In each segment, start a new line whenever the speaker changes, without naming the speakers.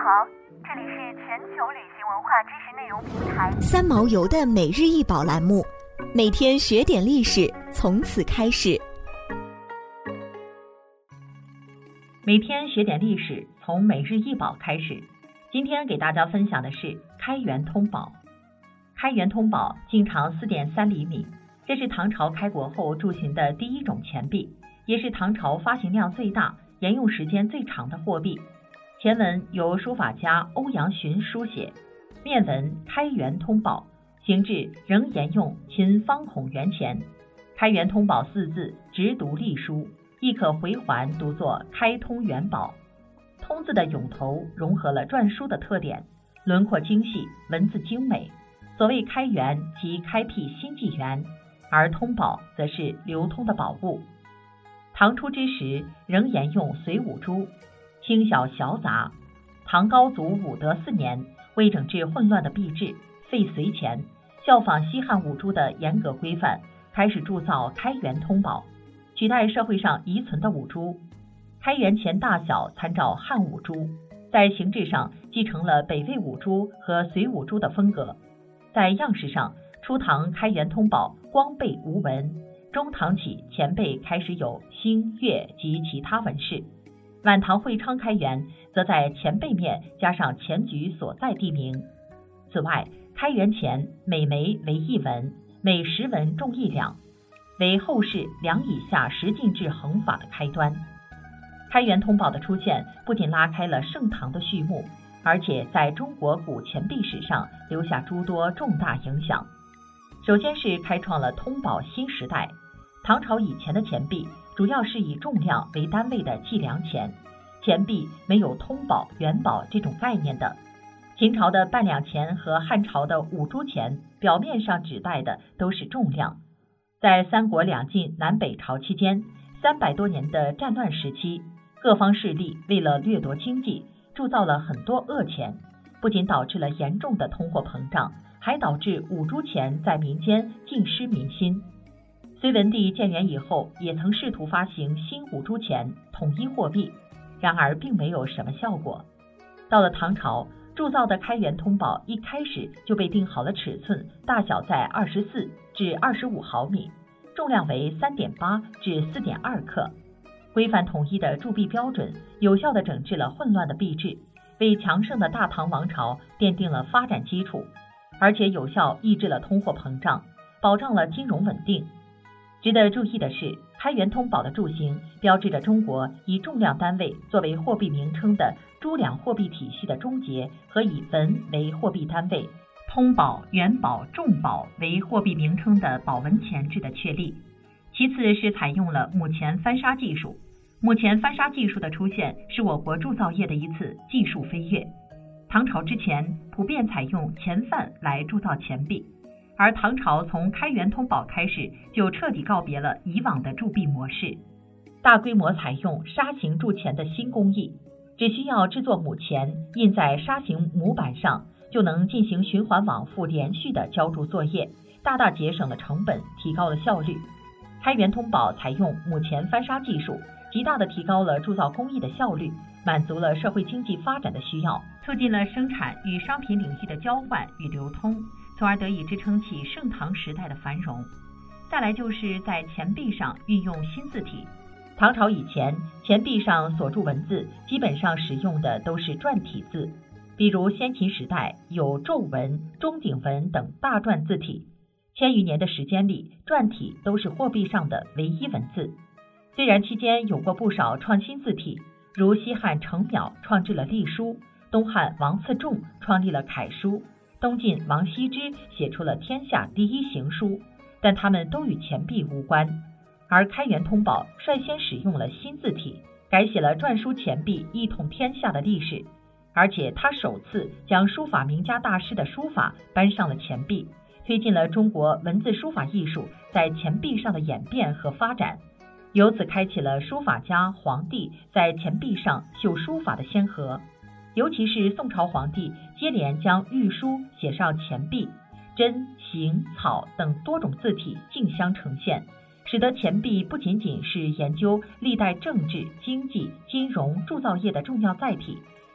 好，这里是全球旅行文化知识内容平台
三毛游的每日一宝栏目，每天学点历史，从此开始。
每天学点历史，从每日一宝开始。今天给大家分享的是开元通宝。开元通宝径长4.3厘米，这是唐朝开国后铸行的第一种钱币，也是唐朝发行量最大、沿用时间最长的货币。前文由书法家欧阳询书写，面文开元通宝，形制仍沿用秦方孔元钱。开元通宝4字直读隶书，亦可回环读作开通元宝。通字的涌头融合了篆书的特点，轮廓精细，文字精美。所谓开元即开辟新纪元，而通宝则是流通的宝物。唐初之时仍沿用随五铢，轻小小杂。唐高祖武德4年，为整治混乱的币制，废随钱，效仿西汉五铢的严格规范，开始铸造开元通宝，取代社会上遗存的五铢。开元钱大小参照汉五铢，在形制上继承了北魏五铢和隋五铢的风格。在样式上，初唐开元通宝光背无纹，中唐起前背开始有星、月及其他纹饰。晚唐会昌开元则在前背面加上钱局所在地名。此外，开元钱每枚为1文，每10文重1两，为后世2以下十进制衡法的开端。开元通宝的出现不仅拉开了盛唐的序幕，而且在中国古钱币史上留下诸多重大影响。首先是开创了通宝新时代。唐朝以前的钱币主要是以重量为单位的计量钱，钱币没有通宝、元宝这种概念的。秦朝的半两钱和汉朝的五铢钱表面上指代的都是重量。在三国两晋南北朝期间300多年的战乱时期，各方势力为了掠夺经济，铸造了很多恶钱，不仅导致了严重的通货膨胀，还导致五铢钱在民间尽失民心。隋文帝建元以后，也曾试图发行新五铢钱，统一货币，然而并没有什么效果。到了唐朝，铸造的开元通宝一开始就被定好了尺寸，大小在24至25毫米，重量为3.8至4.2克。规范统一的铸币标准，有效地整治了混乱的币制，为强盛的大唐王朝奠定了发展基础，而且有效抑制了通货膨胀，保障了金融稳定。值得注意的是，开元通宝的铸行标志着中国以重量单位作为货币名称的铢两货币体系的终结，和以文为货币单位、通宝、元宝、重宝为货币名称的宝文钱制的确立。其次是采用了母钱翻砂技术。母钱翻砂技术的出现是我国铸造业的一次技术飞跃。唐朝之前普遍采用钱范来铸造钱币，而唐朝从开元通宝开始就彻底告别了以往的铸币模式，大规模采用砂形铸钱的新工艺，只需要制作母钱印在砂形模板上，就能进行循环往复连续的浇铸作业，大大节省了成本，提高了效率。开元通宝采用母钱翻砂技术，极大地提高了铸造工艺的效率，满足了社会经济发展的需要，促进了生产与商品领域的交换与流通，从而得以支撑起盛唐时代的繁荣。再来就是在钱币上运用新字体。唐朝以前，钱币上所铸文字基本上使用的都是篆体字，比如先秦时代有皱文、钟鼎文等大篆字体。千余年的时间里，篆体都是货币上的唯一文字。虽然期间有过不少创新字体，如西汉程邈创制了隶书，东汉王次仲创立了楷书，东晋王羲之写出了天下第一行书，但它们都与钱币无关。而开元通宝率先使用了新字体，改写了篆书钱币一统天下的历史，而且他首次将书法名家大师的书法搬上了钱币，推进了中国文字书法艺术在钱币上的演变和发展，由此开启了书法家、皇帝在钱币上绣书法的先河。尤其是宋朝皇帝接连将御书写上钱币，真、行、草等多种字体竞相呈现，使得钱币不仅仅是研究历代政治、经济、金融、铸造业的重要载体，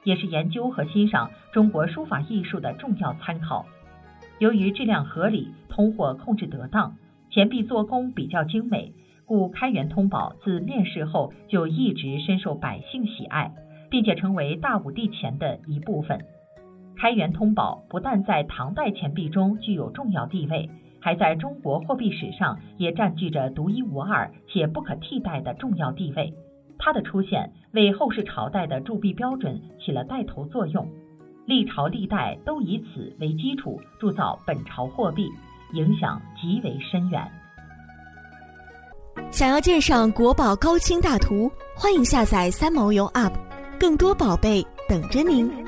也是研究和欣赏中国书法艺术的重要参考。由于质量合理，通货控制得当，钱币做工比较精美，故开元通宝自面世后就一直深受百姓喜爱，并且成为大武帝钱的一部分。开元通宝不但在唐代钱币中具有重要地位，还在中国货币史上也占据着独一无二且不可替代的重要地位。它的出现为后世朝代的铸币标准起了带头作用，历朝历代都以此为基础铸造本朝货币，影响极为深远。
想要鉴赏国宝高清大图，欢迎下载三毛游 App， 更多宝贝等着您。